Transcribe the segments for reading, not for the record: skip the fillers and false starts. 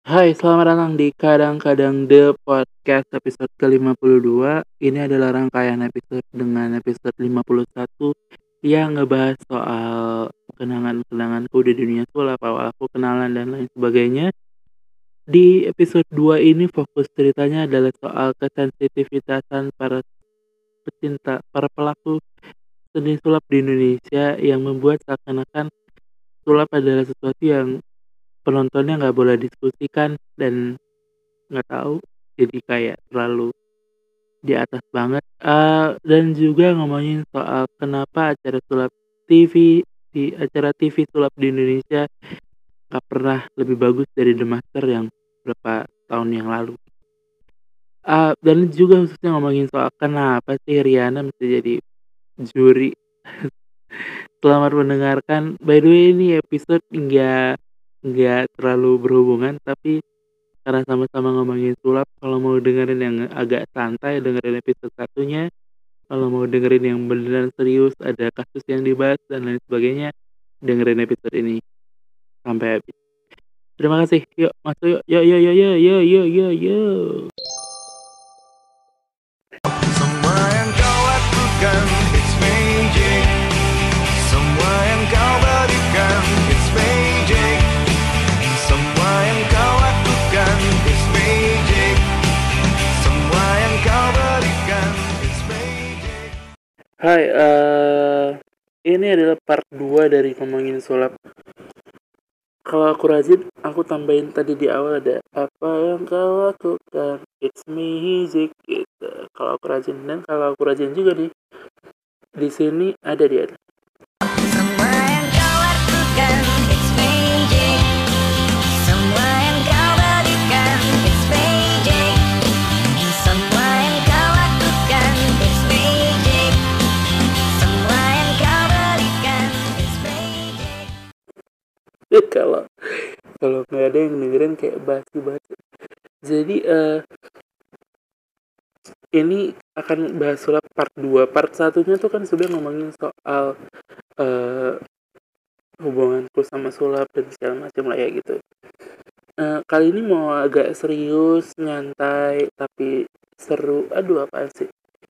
Hai, selamat datang di Kadang-Kadang The Podcast episode ke-52. Ini adalah rangkaian episode dengan episode 51 yang ngebahas soal kenangan-kenanganku di dunia sulap, awal aku kenalan dan lain sebagainya. Di episode 2 ini fokus ceritanya adalah soal kesensitivitasan para pelaku seni sulap di Indonesia yang membuat seakan-akan sulap adalah sesuatu yang penontonnya nggak boleh diskusikan dan nggak tahu, jadi kayak terlalu di atas banget. Dan juga ngomongin soal kenapa acara sulap TV acara TV sulap di Indonesia nggak pernah lebih bagus dari The Master yang berapa tahun yang lalu. Dan juga khususnya ngomongin soal kenapa sih Riana mesti jadi juri. Selamat mendengarkan. By the way, ini episode nggak terlalu berhubungan, tapi karena sama-sama ngomongin sulap, kalau mau dengerin yang agak santai, dengerin episode satunya. Kalau mau dengerin yang beneran serius, ada kasus yang dibahas dan lain sebagainya, dengerin episode ini sampai habis. Terima kasih. Yuk, masuk yuk. Yuk, yuk, yuk, yuk, yuk, yuk, yuk, yuk. Semua yang kau lakukan, it's magic. Semua yang kau berikan, it's magic. Semua yang kau lakukan, it's magic. Semua yang kau berikan, it's magic. Hai, ini adalah part 2 dari ngomongin sulap. Kalau aku rajin, aku tambahin tadi di awal ada apa yang kau lakukan, it's magic gitu. Kalau aku rajin, dan kalau aku rajin juga nih, di sini ada dia. Semua yang kau lakukan, it's magic. Semua yang kau berikan, it's magic. Semua yang kau lakukan, it's magic. Semua yang kau berikan, it's magic. kalau nggak ada yang dengerin kayak basi-basi. Jadi ini akan bahas sulap part 2. Part satunya tuh kan sudah ngomongin soal hubunganku sama sulap dan segala macam lah ya gitu. Kali ini mau agak serius, nyantai, tapi seru. Aduh, apaan sih?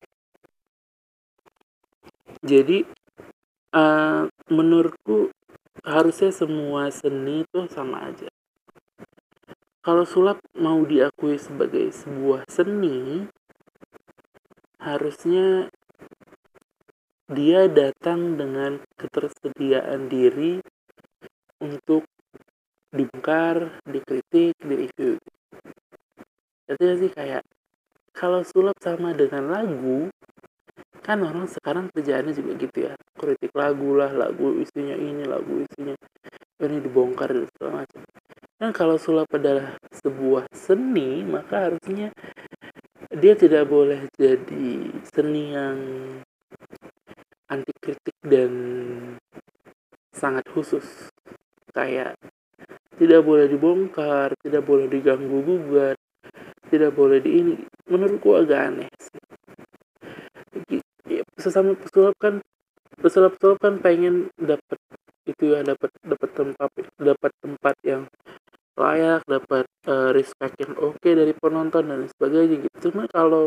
Jadi menurutku harusnya semua seni itu sama aja. Kalau sulap mau diakui sebagai sebuah seni, harusnya dia datang dengan ketersediaan diri untuk dibongkar, dikritik, direview. Artinya sih kayak kalau sulap sama dengan lagu, kan orang sekarang kerjaannya juga gitu ya, kritik lagu lah, lagu isinya ini, lagu isinya ini, dibongkar dan segala macam. Dan kalau sulap adalah sebuah seni, maka harusnya dia tidak boleh jadi seni yang anti kritik dan sangat khusus. Kayak tidak boleh dibongkar, tidak boleh diganggu gugat, tidak boleh di ini. Menurutku agak aneh sih. Sesama pesulap kan pengen dapat itu ya, dapat tempat yang layak, dapat respect yang oke dari penonton dan sebagainya gitu. Cuma kalau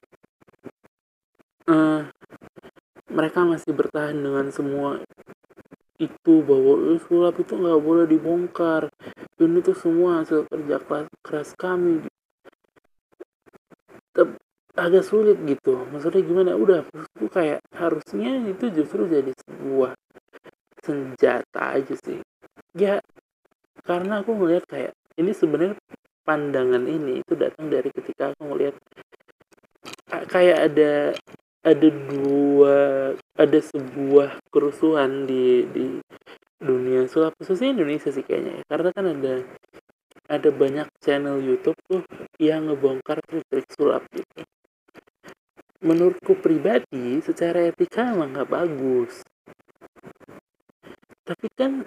mereka masih bertahan dengan semua itu, bahwa sulap itu nggak boleh dibongkar, ini tuh semua hasil kerja keras kami, agak sulit gitu. Maksudnya gimana? Udah, maksudku kayak harusnya itu justru jadi sebuah senjata aja sih ya, karena aku melihat kayak ini sebenarnya pandangan ini itu datang dari ketika aku melihat kayak ada sebuah kerusuhan di dunia sulap, khususnya Indonesia sih kayaknya ya. Karena kan ada banyak channel YouTube tuh yang ngebongkar trik-trik sulap gitu. Menurutku pribadi secara etika emang nggak bagus, tapi kan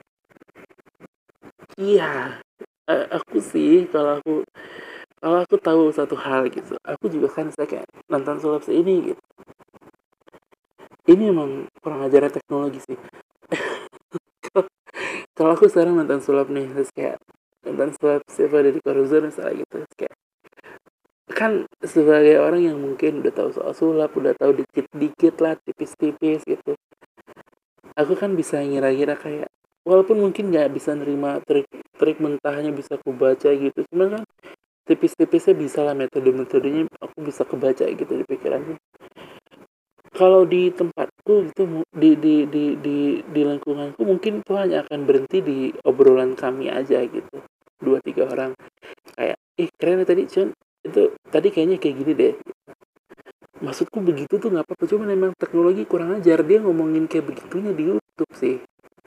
iya, aku sih kalau aku tahu satu hal gitu, aku juga kan saya kayak nonton sulap ini gitu, ini emang kurang ajaran teknologi sih. Kalau aku sekarang nonton sulap nih, terus kayak nonton sulap siapa dari Corbuzier misalnya gitu. Kayak kan sebagai orang yang mungkin udah tahu soal sulap, udah tahu dikit-dikit lah, tipis-tipis gitu. Aku kan bisa ngira-ngira kayak walaupun mungkin nggak bisa nerima trik mentahnya bisa aku baca gitu, cuman kan tipis-tipisnya bisa lah, metode-metodenya aku bisa kebaca gitu di pikiranku. Kalau di tempatku gitu di lingkunganku mungkin itu hanya akan berhenti di obrolan kami aja gitu, 2-3 orang kayak keren ya tadi Cun, itu tadi kayaknya kayak gini deh. Maksudku begitu tuh nggak apa-apa, cuman emang teknologi kurang ajar, dia ngomongin kayak begitunya di YouTube sih.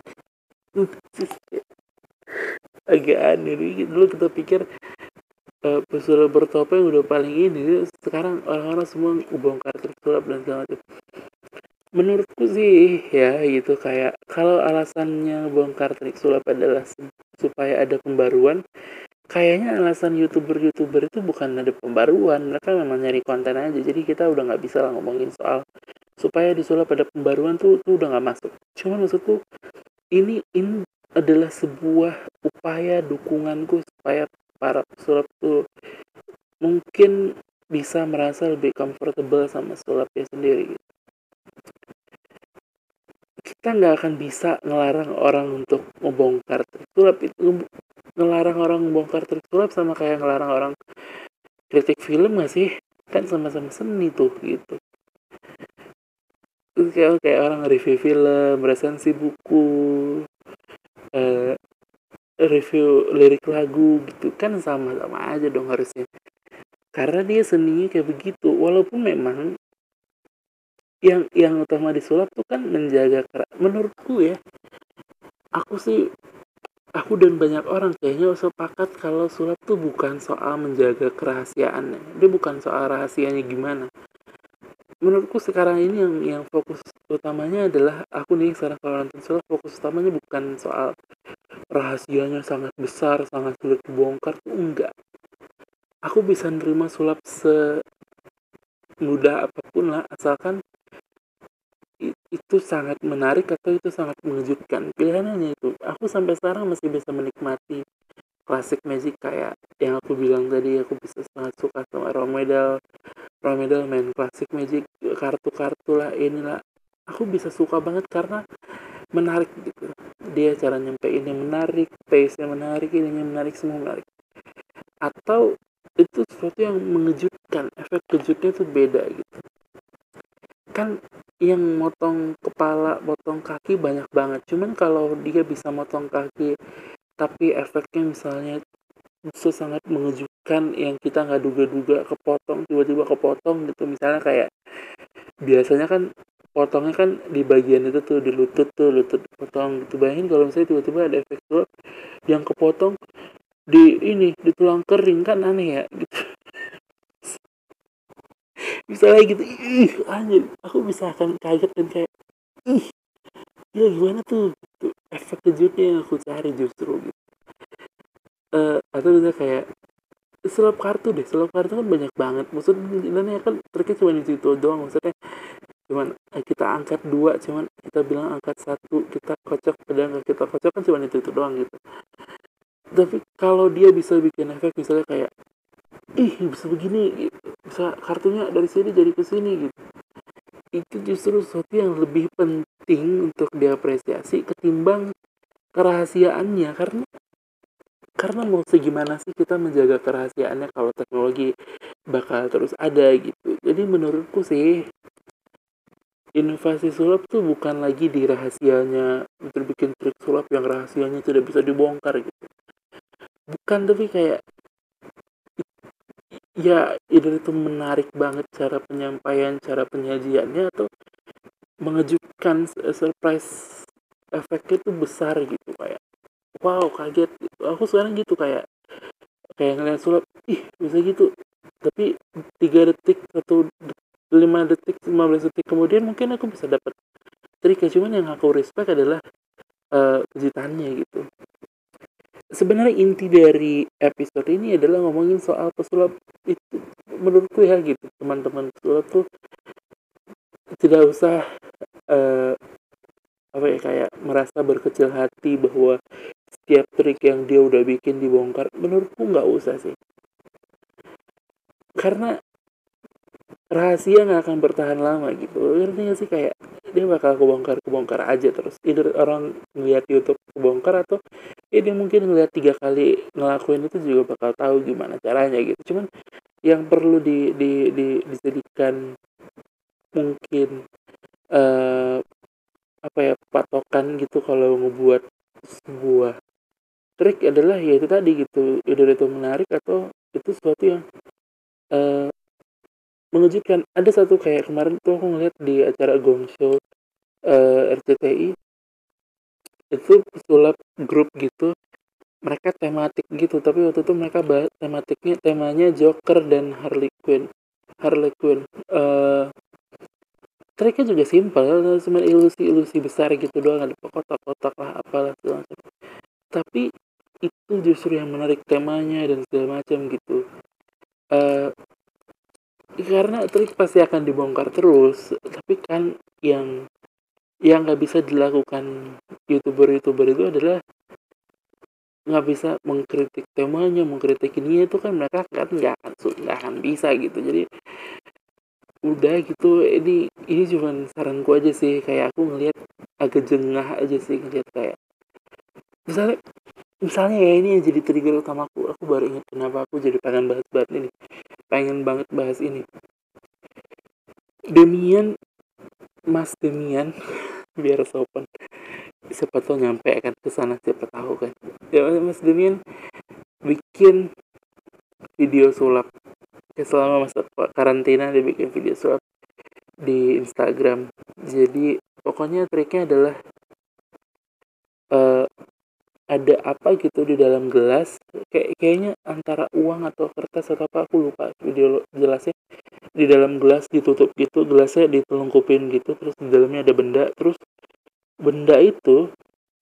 Agak aneh nih. Dulu kita pikir pesulap bertopeng udah paling ini, sekarang orang-orang semua bongkar trik sulap dan segala macam. Menurutku sih ya gitu, kayak kalau alasannya bongkar trik sulap adalah supaya ada pembaruan, kayaknya alasan youtuber itu bukan ada pembaruan, mereka memang nyari konten aja. Jadi kita udah nggak bisa lah ngomongin soal supaya disulap ada pembaruan tuh udah nggak masuk. Cuman maksudku ini adalah sebuah upaya dukunganku supaya para pesulap tuh mungkin bisa merasa lebih comfortable sama sulapnya sendiri. Kita nggak akan bisa ngelarang orang untuk membongkar trik sulap. Itu ngelarang orang membongkar trik sulap sama kayak ngelarang orang kritik film nggak sih? Kan sama-sama seni tuh gitu. Terus kayak orang review film, resensi buku, review lirik lagu gitu, kan sama-sama aja dong harusnya, karena dia seninya kayak begitu. Walaupun memang yang utama di sulap tuh kan menjaga menurutku ya, aku dan banyak orang kayaknya sepakat kalau sulap tuh bukan soal menjaga kerahasiaannya, dia bukan soal rahasianya gimana. Menurutku sekarang ini yang fokus utamanya adalah, aku nih sekarang kalau nonton sulap fokus utamanya bukan soal rahasianya sangat besar, sangat sulit dibongkar, tuh enggak. Aku bisa nerima sulap semudah apapun lah, asalkan itu sangat menarik atau itu sangat mengejutkan. Pilihannya itu. Aku sampai sekarang masih bisa menikmati classic magic kayak yang aku bilang tadi. Aku bisa sangat suka sama Romedal main classic magic, kartu-kartu lah inilah. Aku bisa suka banget karena menarik gitu. Dia cara nyampeinnya menarik, pace-nya menarik, ininya menarik, semua menarik. Atau itu sesuatu yang mengejutkan, efek kejutnya tuh beda gitu. Kan yang motong kepala, motong kaki banyak banget. Cuman kalau dia bisa motong kaki tapi efeknya misalnya sangat mengejutkan yang kita nggak duga-duga, tiba-tiba kepotong gitu, misalnya kayak biasanya kan potongnya kan di bagian itu tuh, di lutut potong gitu. Bayangin kalau misalnya tiba-tiba ada efek sulap yang kepotong di tulang kering, kan aneh ya gitu. Misalnya gitu, anjir, aku bisa akan kaget dan kayak ya gimana tuh gitu, efek kejutnya yang aku cari justru gitu. Atau bisa kayak sulap kartu kan banyak banget, maksudnya kan triknya cuma di situ doang. Maksudnya cuman kita angkat 2, cuman kita bilang angkat 1, kita kocok, pedang kita kocok, kan cuma itu doang gitu. Tapi kalau dia bisa bikin efek misalnya kayak bisa begini gitu, bisa kartunya dari sini jadi ke sini gitu, itu justru sesuatu yang lebih penting untuk diapresiasi ketimbang kerahasiaannya. Karena mau segimana sih kita menjaga kerahasiaannya kalau teknologi bakal terus ada gitu. Jadi menurutku sih inovasi sulap tuh bukan lagi di rahasianya, bikin trik sulap yang rahasianya tidak bisa dibongkar gitu. Bukan, tapi kayak ya either itu menarik banget cara penyampaian, cara penyajiannya, atau mengejutkan, surprise efeknya tuh besar gitu, kayak wow, kaget gitu. Aku sekarang gitu kayak ngeliat sulap, bisa gitu. Tapi 3 detik atau 5 detik, 15 detik kemudian mungkin aku bisa dapat triknya. Cuman yang aku respect adalah kejutannya gitu. Sebenarnya inti dari episode ini adalah ngomongin soal pesulap itu, menurutku ya gitu. Teman-teman pesulap tuh tidak usah kayak merasa berkecil hati bahwa setiap trik yang dia udah bikin dibongkar, menurutku nggak usah sih, karena rahasia nggak akan bertahan lama gitu. Ngerti nggak sih, kayak dia bakal kebongkar aja terus. Either orang ngeliat YouTube kebongkar, atau dia mungkin ngeliat 3 kali ngelakuin itu juga bakal tahu gimana caranya gitu. Cuman yang perlu dijadikan mungkin apa ya, patokan gitu kalau ngebuat sebuah trik adalah ya itu tadi gitu, either itu menarik atau itu sesuatu yang eh, mengejutkan. Ada satu kayak kemarin tuh aku ngeliat di acara Gong Show RCTI, itu sulap grup gitu, mereka tematik gitu, tapi waktu itu mereka temanya Joker dan Harley Quinn. Triknya juga simpel, cuma ilusi-ilusi besar gitu doang, ada kotak-kotak lah apalah segala macam. Tapi itu justru yang menarik, temanya dan segala macam gitu. Karena trik pasti akan dibongkar terus, tapi kan yang nggak bisa dilakukan youtuber itu adalah nggak bisa mengkritik temanya, mengkritik ini itu kan mereka kan nggak akan bisa gitu. Jadi udah gitu, ini cuma saranku aja sih, kayak aku ngelihat agak jengah aja sih ngelihat kayak misalnya misalnya ya, ini yang jadi trigger utamaku. Aku baru ingat kenapa aku jadi pengen banget bahas ini. Mas Demian biar sopan, siapa tahu nyampe kan ke sana, siapa tahu kan ya. Mas Demian bikin video sulap ya, selama masa karantina dia bikin video sulap di Instagram. Jadi pokoknya triknya adalah ada apa gitu di dalam gelas, kayaknya antara uang atau kertas atau apa, aku lupa video jelasnya. Di dalam gelas ditutup gitu, gelasnya ditelungkupin gitu, terus di dalamnya ada benda, terus benda itu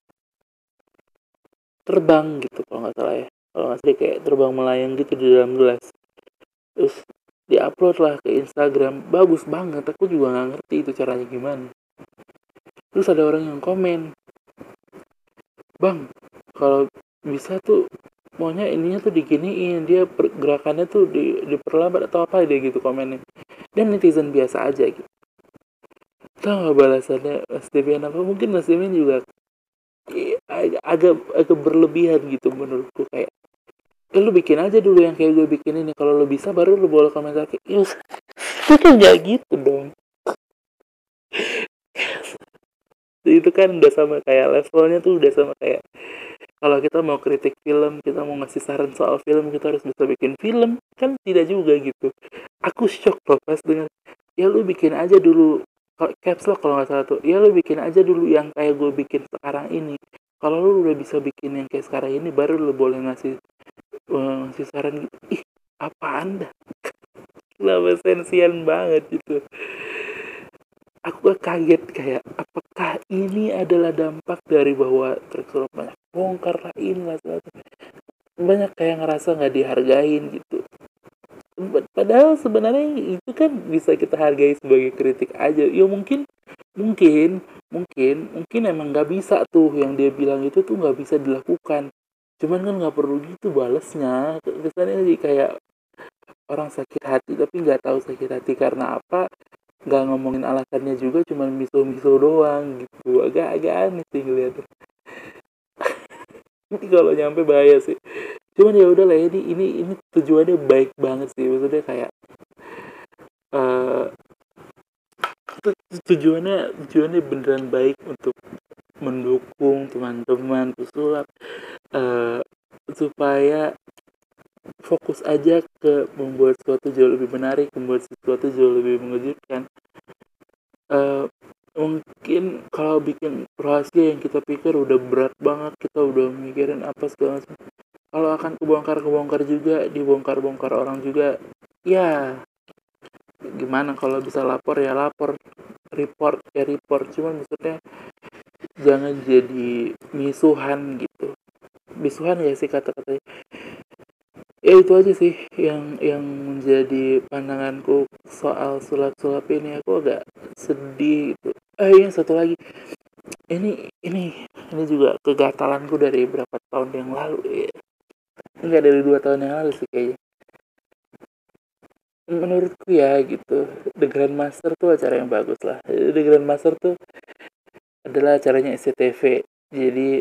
terbang gitu kalau nggak salah ya, kayak terbang melayang gitu di dalam gelas. Terus diupload lah ke Instagram, bagus banget. Aku juga nggak ngerti itu caranya gimana. Terus ada orang yang komen, bang, kalau bisa tuh maunya ininya tuh diginiin, dia gerakannya tuh diperlambat atau apa dia gitu komennya. Dan netizen biasa aja gitu. Tahu nggak balasannya Mas Demian apa? Mungkin Mas Demian juga agak berlebihan gitu menurutku, kayak lu bikin aja dulu yang kayak gue bikin ini, kalau lu bisa baru lu boleh komentar kayak itu kan gak gitu dong. Itu kan udah sama kayak levelnya tuh udah sama kayak kalau kita mau kritik film, kita mau ngasih saran soal film, kita harus bisa bikin film, kan tidak juga gitu. Aku shock loh pas dengan, ya lu bikin aja dulu, kalau caps lock kalau nggak salah tuh, ya lu bikin aja dulu yang kayak gue bikin sekarang ini. Kalau lu udah bisa bikin yang kayak sekarang ini, baru lu boleh ngasih saran gitu. Ih, apaan dah? Lama sensian banget gitu. Aku kaget kayak, apakah ini adalah dampak dari bahwa trik sulap banyak bongkar lah, inilah banyak kayak ngerasa nggak dihargain gitu. Padahal sebenarnya itu kan bisa kita hargai sebagai kritik aja. Ya mungkin emang nggak bisa tuh yang dia bilang itu tuh nggak bisa dilakukan. Cuman kan nggak perlu gitu balesnya. Kesannya sih kayak orang sakit hati tapi nggak tahu sakit hati karena apa, nggak ngomongin alasannya juga, cuman miso-miso doang gitu. Agak aneh sih ngeliatnya. Ini kalau nyampe bahaya sih. Cuman ya udah lah, ini tujuannya baik banget sih, maksudnya kayak tujuannya beneran baik untuk mendukung teman-teman pesulap, supaya fokus aja ke membuat sesuatu jauh lebih menarik, membuat sesuatu jauh lebih mengejutkan. Mungkin kalau bikin rahasia yang kita pikir udah berat banget, kita udah mikirin apa segala macam, kalau akan kebongkar juga, dibongkar orang juga, ya gimana, kalau bisa lapor ya lapor, report ya report, cuman maksudnya jangan jadi misuhan gitu. Misuhan ya sih kata-katanya. Ya itu aja sih yang menjadi pandanganku soal sulap-sulap ini. Aku agak sedih gitu. Yang satu lagi, ini juga kegatalanku dari beberapa tahun yang lalu ya. Enggak, dari 2 tahun yang lalu sih kayaknya. Menurutku ya gitu, The Grandmaster tuh acara yang bagus lah. The Grandmaster tuh adalah acaranya SCTV. Jadi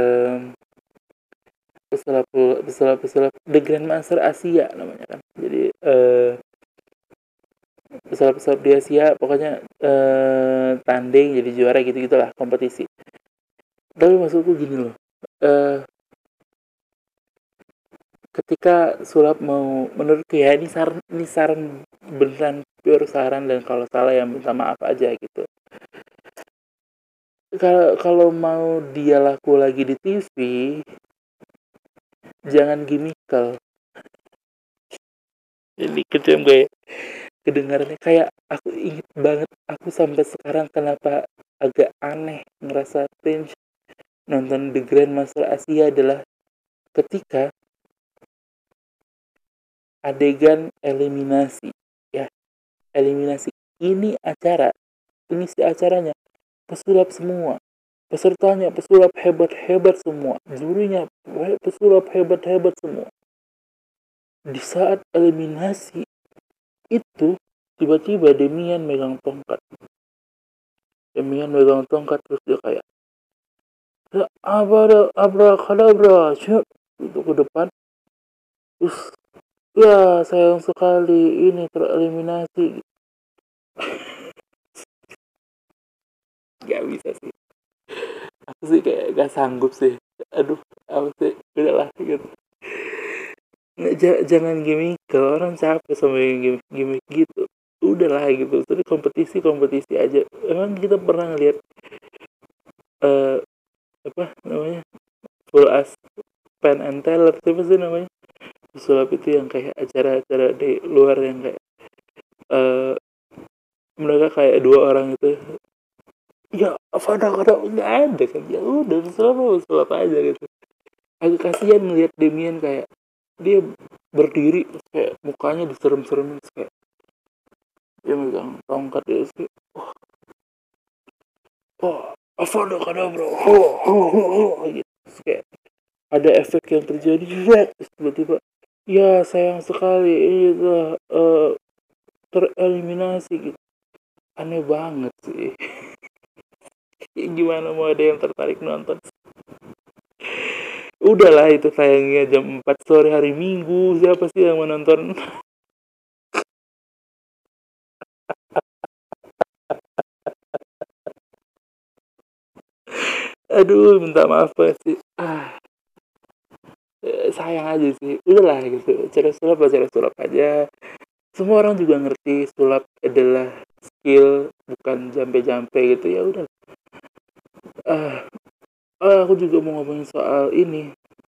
pesulap The Grandmaster Asia namanya kan. Jadi pesulap-pesulap di Asia pokoknya tanding jadi juara gitu-gitulah, kompetisi. Tapi maksudku gini loh. Ketika sulap mau, menurutku ya, ini saran beneran pure saran, dan kalau salah ya minta maaf aja gitu. Kalau mau dia laku lagi di TV, jangan gimmickal. Jadi kejam gue ya. Kedengarannya kayak, aku inget banget, aku sampai sekarang kenapa agak aneh ngerasa cringe nonton The Grandmaster Asia adalah ketika adegan eliminasi, ya, eliminasi. Ini si acaranya pesulap semua, pesertanya pesulap hebat-hebat semua, jurinya pesulap hebat-hebat semua. Di saat eliminasi itu tiba-tiba Demian megang tongkat terus dia kayak abrakadabra, itu ke depan, terus ya sayang sekali ini tereliminasi. Gak bisa sih, aku sih kayak gak sanggup sih. Aduh, apa sih, udahlah gitu. Nggak, jangan gimmick, kalau orang capek sama yang gimmick gitu. Udahlah gitu, terus kompetisi aja. Emang kita pernah ngeliat apa namanya, full as Penn and Teller, siapa sih namanya, pesulap itu yang kayak acara-acara di luar yang kayak mereka kayak 2 orang itu, ya kadang nggak ada kan, ya udah pesulap aja gitu. Agak kasihan ngeliat Demian kayak dia berdiri terus kayak mukanya diserem-seremin, terus kayak dia megang tongkat dia sih, bro, gitu. Terus kayak ada efek yang terjadi, terus tiba-tiba ya sayang sekali itu tereliminasi gitu. Aneh banget sih. Ya, gimana mau ada yang tertarik nonton? Udahlah, itu tayangnya jam 4 sore hari Minggu, siapa sih yang mau nonton? Aduh, minta maaf banget sih. Sayang aja sih. Udahlah gitu, acara sulap aja. Semua orang juga ngerti sulap adalah skill, bukan jampe-jampe gitu, ya udah. Aku juga mau ngomongin soal ini,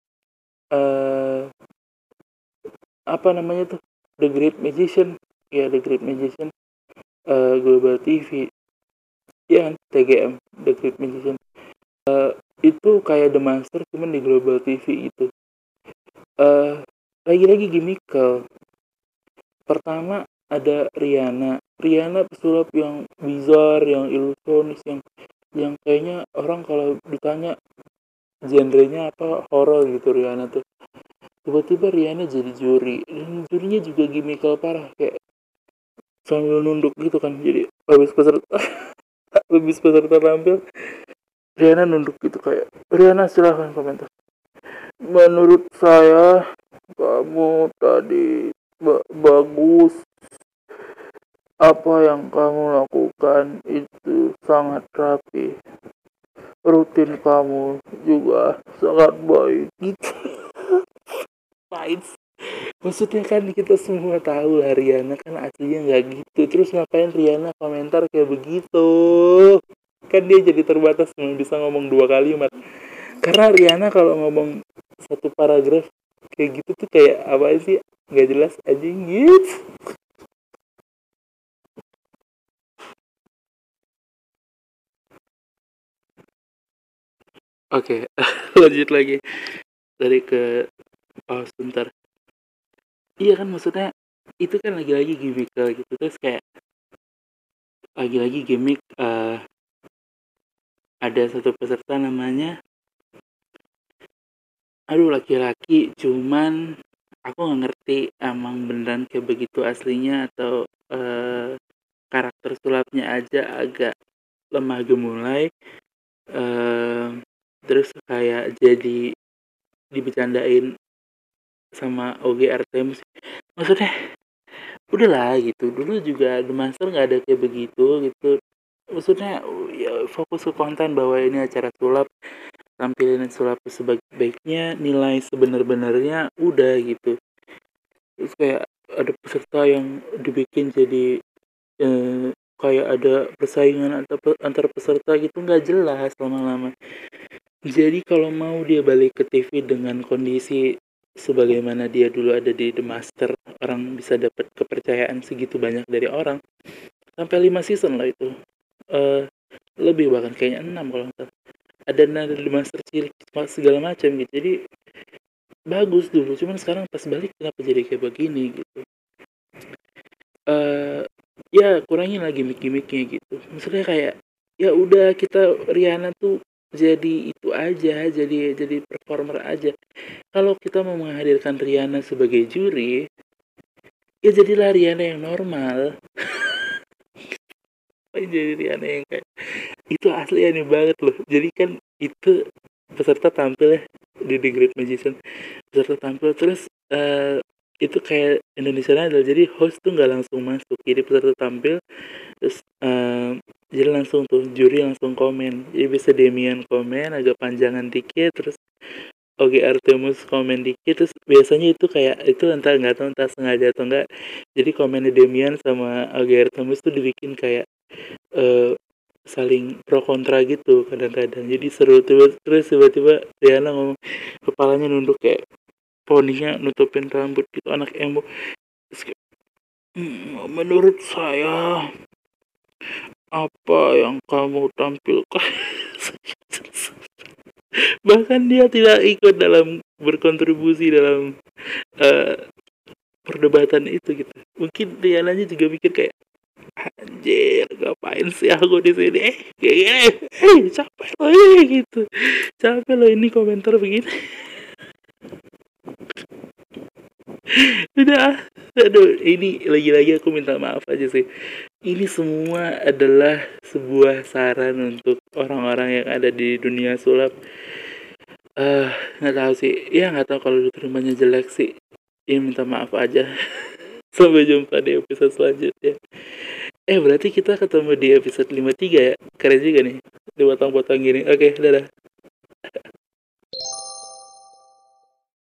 apa namanya tuh, The Great Magician. Ya, The Great Magician, Global TV, ya kan, TGM, The Great Magician. Itu kayak The Master cuman di Global TV itu. Lagi-lagi gimmickal. Pertama ada Rihanna pesulap yang bizar, yang ilusionis, yang kayaknya orang kalau ditanya genrenya apa, horor gitu. Rihanna tuh tiba-tiba Rihanna jadi juri, dan jurinya juga gimmickal parah, kayak sambil nunduk gitu kan. Jadi habis peserta tampil, Rihanna nunduk gitu kayak, Rihanna silahkan komentar. Menurut saya kamu tadi bagus, apa yang kamu lakukan itu sangat rapi, rutin kamu juga sangat baik gitu. Pahit. Maksudnya kan kita semua tahu lah Rihanna kan aslinya nggak gitu, terus ngapain Rihanna komentar kayak begitu? Kan dia jadi terbatas, cuma bisa ngomong 2 kalimat. Karena Rihanna kalau ngomong satu paragraf kayak gitu tuh kayak apa sih, nggak jelas aja gitu. Oke, lanjut lagi dari ke sebentar. Iya kan, maksudnya itu kan lagi-lagi gimmick gitu, terus kayak lagi-lagi gimmick, ada satu peserta namanya Aduh, laki-laki, cuman aku nggak ngerti emang beneran kayak begitu aslinya atau karakter sulapnya aja agak lemah gemulai. Terus kayak jadi dibecandain sama OG Artemis. Maksudnya udahlah gitu. Dulu juga The Master nggak ada kayak begitu gitu. Maksudnya ya fokus ke konten bahwa ini acara sulap, tampilin sulap sebaik-baiknya, nilai sebenar-benarnya udah gitu. Terus kayak ada peserta yang dibikin jadi kayak ada persaingan antar peserta gitu, nggak jelas lama-lama. Jadi kalau mau dia balik ke TV dengan kondisi sebagaimana dia dulu ada di The Master, orang bisa dapat kepercayaan segitu banyak dari orang, sampai 5 season lah itu. Eh Lebih bahkan kayaknya 6 kalau nggak salah. Ada nada The Master cilik segala macam gitu. Jadi bagus dulu, cuman sekarang pas balik kenapa jadi kayak begini gitu. Ya kurangin lagi gimmick-gimmicknya gitu. Maksudnya kayak ya udah, kita Rihanna tuh jadi itu aja, jadi performer aja. Kalau kita mau menghadirkan Rihanna sebagai juri, ya jadilah Rihanna yang normal. Jadi Rihanna yang kayak itu asli aneh banget loh. Jadi kan itu peserta tampil ya di The Great Magician. Peserta tampil terus itu kayak Indonesian Idol. Jadi host tuh nggak langsung masuk. Jadi peserta tampil terus jadi langsung tuh juri langsung komen. Jadi bisa Demian komen agak panjangan dikit, terus Oke Artemus komen dikit, terus biasanya itu kayak itu entah nggak tahu entah sengaja atau enggak, jadi komennya Demian sama Oke Artemus tuh dibikin kayak eh, saling pro kontra gitu kadang-kadang, jadi seru tuh. Terus tiba-tiba Rihanna ngomong, kepalanya nunduk kayak poninya nutupin rambut gitu, anak emo. Terus kayak, menurut saya apa yang kamu tampilkan bahkan dia tidak ikut dalam berkontribusi dalam eh, perdebatan itu gitu. Mungkin Rihanna juga mikir kayak, anjir ngapain sih aku di sini, kayak gini, capek loh ini gitu, capek loh ini komentar begini. Udah aduh, ini lagi-lagi aku minta maaf aja sih, ini semua adalah sebuah saran untuk orang-orang yang ada di dunia sulap. Nggak tahu sih, ya nggak tahu kalau diterimanya jelek sih, ya minta maaf aja. Sampai jumpa di episode selanjutnya. Berarti kita ketemu di episode 53 ya. Keren juga nih, dipotong-potong gini. Oke, dadah.